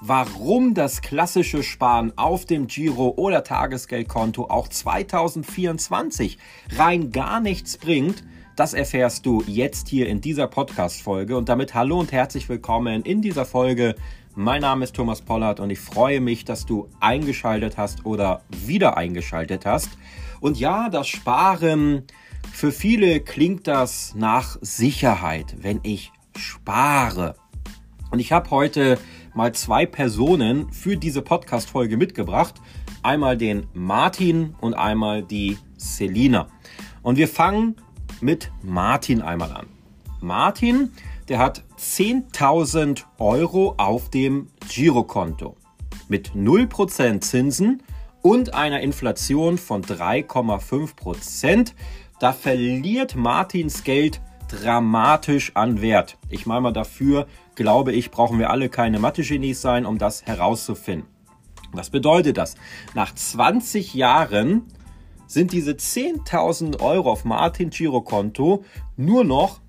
warum das klassische Sparen auf dem Giro- oder Tagesgeldkonto auch 2024 rein gar nichts bringt, das erfährst du jetzt hier in dieser Podcast-Folge. Und damit hallo und herzlich willkommen in dieser Folge. Mein Name ist Thomas Pollard und ich freue mich, dass du eingeschaltet hast oder wieder eingeschaltet hast. Und ja, das Sparen, für viele klingt das nach Sicherheit, wenn ich spare. Und ich habe heute mal zwei Personen für diese Podcast-Folge mitgebracht. Einmal den Martin und einmal die Selina. Und wir fangen mit Martin einmal an. Martin, der hat 10.000 Euro auf dem Girokonto mit 0% Zinsen und einer Inflation von 3,5%. Da verliert Martins Geld dramatisch an Wert. Ich meine mal, dafür, glaube ich, brauchen wir alle keine Mathe-Genies sein, um das herauszufinden. Was bedeutet das? Nach 20 Jahren sind diese 10.000 Euro auf Martins Girokonto nur noch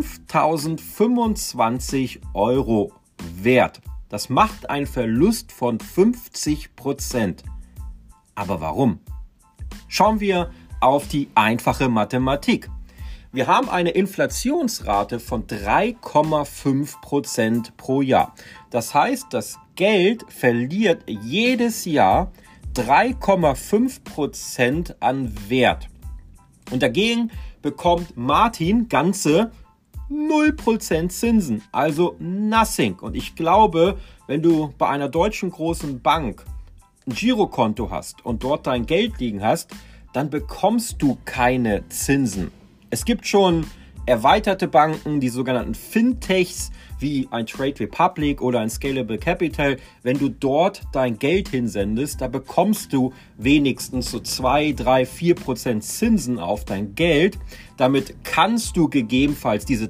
5.025 Euro wert. Das macht einen Verlust von 50%. Aber warum? Schauen wir auf die einfache Mathematik. Wir haben eine Inflationsrate von 3,5% pro Jahr. Das heißt, das Geld verliert jedes Jahr 3,5% an Wert. Und dagegen bekommt Martin ganze 0% Zinsen, also nothing. Und ich glaube, wenn du bei einer deutschen großen Bank ein Girokonto hast und dort dein Geld liegen hast, dann bekommst du keine Zinsen. Es gibt schon erweiterte Banken, die sogenannten Fintechs, wie ein Trade Republic oder ein Scalable Capital. Wenn du dort dein Geld hinsendest, da bekommst du wenigstens so 2, 3, 4% Zinsen auf dein Geld. Damit kannst du gegebenenfalls diese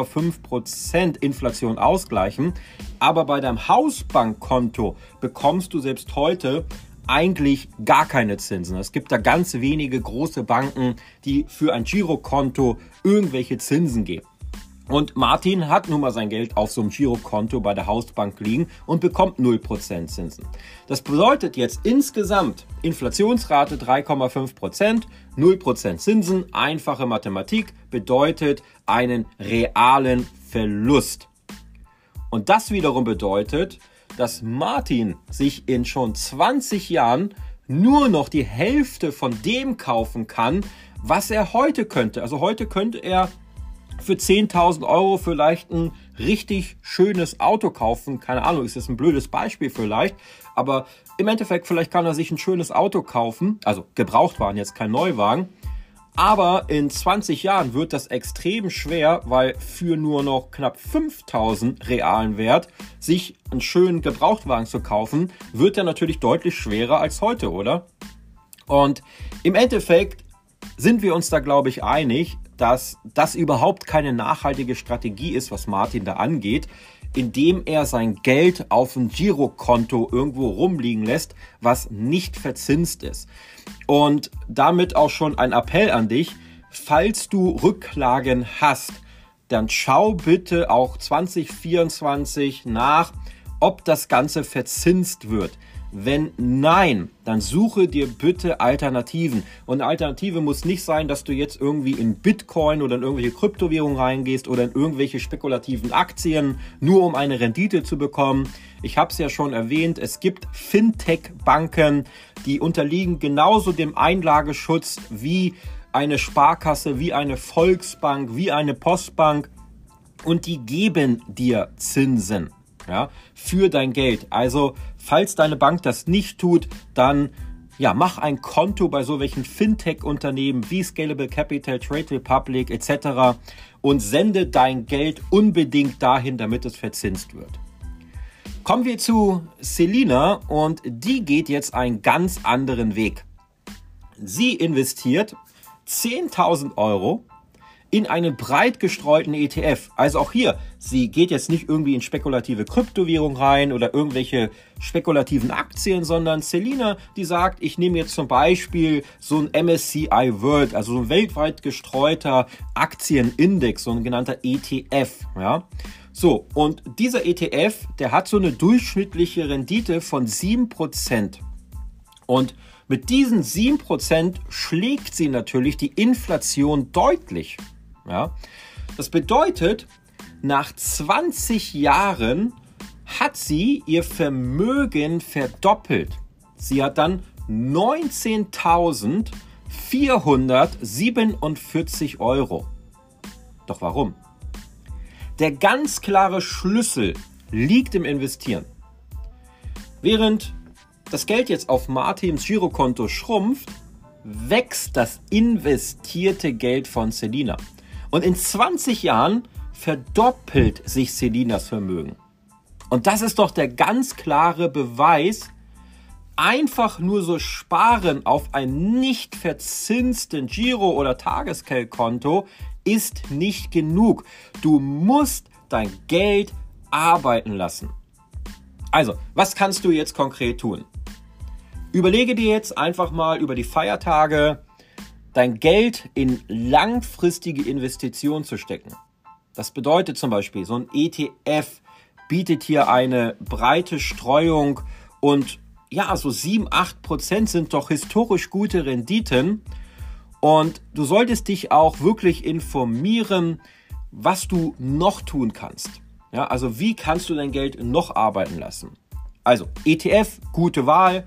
3,5% Inflation ausgleichen. Aber bei deinem Hausbankkonto bekommst du selbst heute eigentlich gar keine Zinsen. Es gibt da ganz wenige große Banken, die für ein Girokonto irgendwelche Zinsen geben. Und Martin hat nun mal sein Geld auf so einem Girokonto bei der Hausbank liegen und bekommt 0% Zinsen. Das bedeutet jetzt insgesamt Inflationsrate 3,5%, 0% Zinsen, einfache Mathematik, bedeutet einen realen Verlust. Und das wiederum bedeutet, dass Martin sich in schon 20 Jahren nur noch die Hälfte von dem kaufen kann, was er heute könnte. Also heute könnte er für 10.000 Euro vielleicht ein richtig schönes Auto kaufen. Keine Ahnung, ist jetzt ein blödes Beispiel vielleicht. Aber im Endeffekt, vielleicht kann er sich ein schönes Auto kaufen. Also Gebrauchtwagen, jetzt kein Neuwagen. Aber in 20 Jahren wird das extrem schwer, weil für nur noch knapp 5.000 realen Wert sich einen schönen Gebrauchtwagen zu kaufen, wird der natürlich deutlich schwerer als heute, oder? Und im Endeffekt sind wir uns da, glaube ich, einig, dass das überhaupt keine nachhaltige Strategie ist, was Martin da angeht, indem er sein Geld auf ein Girokonto irgendwo rumliegen lässt, was nicht verzinst ist. Und damit auch schon ein Appell an dich, falls du Rücklagen hast, dann schau bitte auch 2024 nach, ob das Ganze verzinst wird. Wenn nein, dann suche dir bitte Alternativen. Und eine Alternative muss nicht sein, dass du jetzt irgendwie in Bitcoin oder in irgendwelche Kryptowährungen reingehst oder in irgendwelche spekulativen Aktien, nur um eine Rendite zu bekommen. Ich habe es ja schon erwähnt, es gibt Fintech-Banken, die unterliegen genauso dem Einlageschutz wie eine Sparkasse, wie eine Volksbank, wie eine Postbank. Und die geben dir Zinsen. Ja, für dein Geld. Also, falls deine Bank das nicht tut, dann mach ein Konto bei so welchen Fintech-Unternehmen wie Scalable Capital, Trade Republic etc. und sende dein Geld unbedingt dahin, damit es verzinst wird. Kommen wir zu Selina und die geht jetzt einen ganz anderen Weg. Sie investiert 10.000 Euro in einen breit gestreuten ETF. Also auch hier, sie geht jetzt nicht irgendwie in spekulative Kryptowährung rein oder irgendwelche spekulativen Aktien, sondern Selina, die sagt, ich nehme jetzt zum Beispiel so ein MSCI World, also so ein weltweit gestreuter Aktienindex, so ein genannter ETF, ja. So, und dieser ETF, der hat so eine durchschnittliche Rendite von 7%. Und mit diesen 7% schlägt sie natürlich die Inflation deutlich. Ja? Das bedeutet, nach 20 Jahren hat sie ihr Vermögen verdoppelt. Sie hat dann 19.447 Euro. Doch warum? Der ganz klare Schlüssel liegt im Investieren. Während das Geld jetzt auf Martins Girokonto schrumpft, wächst das investierte Geld von Selina. Und in 20 Jahren verdoppelt sich Selinas Vermögen. Und das ist doch der ganz klare Beweis, einfach nur so sparen auf ein nicht verzinsten Giro- oder Tagesgeldkonto ist nicht genug. Du musst dein Geld arbeiten lassen. Also, was kannst du jetzt konkret tun? Überlege dir jetzt einfach mal über die Feiertage dein Geld in langfristige Investitionen zu stecken. Das bedeutet zum Beispiel, so ein ETF bietet hier eine breite Streuung und ja, so 7-8% sind doch historisch gute Renditen. Und du solltest dich auch wirklich informieren, was du noch tun kannst. Ja, also wie kannst du dein Geld noch arbeiten lassen? Also ETF, gute Wahl.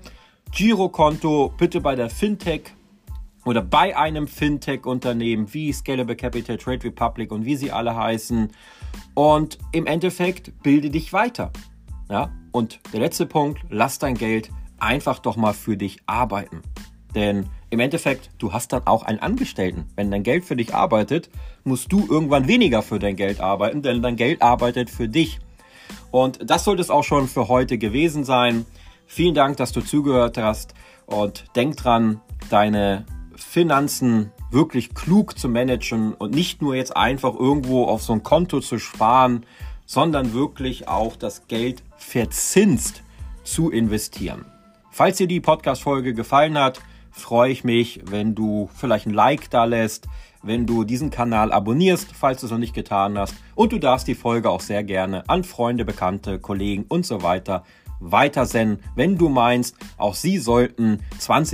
Girokonto bitte bei der Fintech oder bei einem Fintech-Unternehmen wie Scalable Capital, Trade Republic und wie sie alle heißen. Und im Endeffekt bilde dich weiter. Ja? Und der letzte Punkt, lass dein Geld einfach doch mal für dich arbeiten. Denn im Endeffekt, du hast dann auch einen Angestellten. Wenn dein Geld für dich arbeitet, musst du irgendwann weniger für dein Geld arbeiten, denn dein Geld arbeitet für dich. Und das sollte es auch schon für heute gewesen sein. Vielen Dank, dass du zugehört hast und denk dran, deine Finanzen wirklich klug zu managen und nicht nur jetzt einfach irgendwo auf so ein Konto zu sparen, sondern wirklich auch das Geld verzinst zu investieren. Falls dir die Podcast-Folge gefallen hat, freue ich mich, wenn du vielleicht ein Like da lässt, wenn du diesen Kanal abonnierst, falls du es noch nicht getan hast. Und du darfst die Folge auch sehr gerne an Freunde, Bekannte, Kollegen und so weiter weitersenden, wenn du meinst, auch sie sollten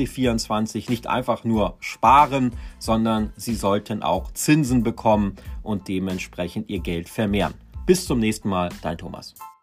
2024 nicht einfach nur sparen, sondern sie sollten auch Zinsen bekommen und dementsprechend ihr Geld vermehren. Bis zum nächsten Mal, dein Thomas.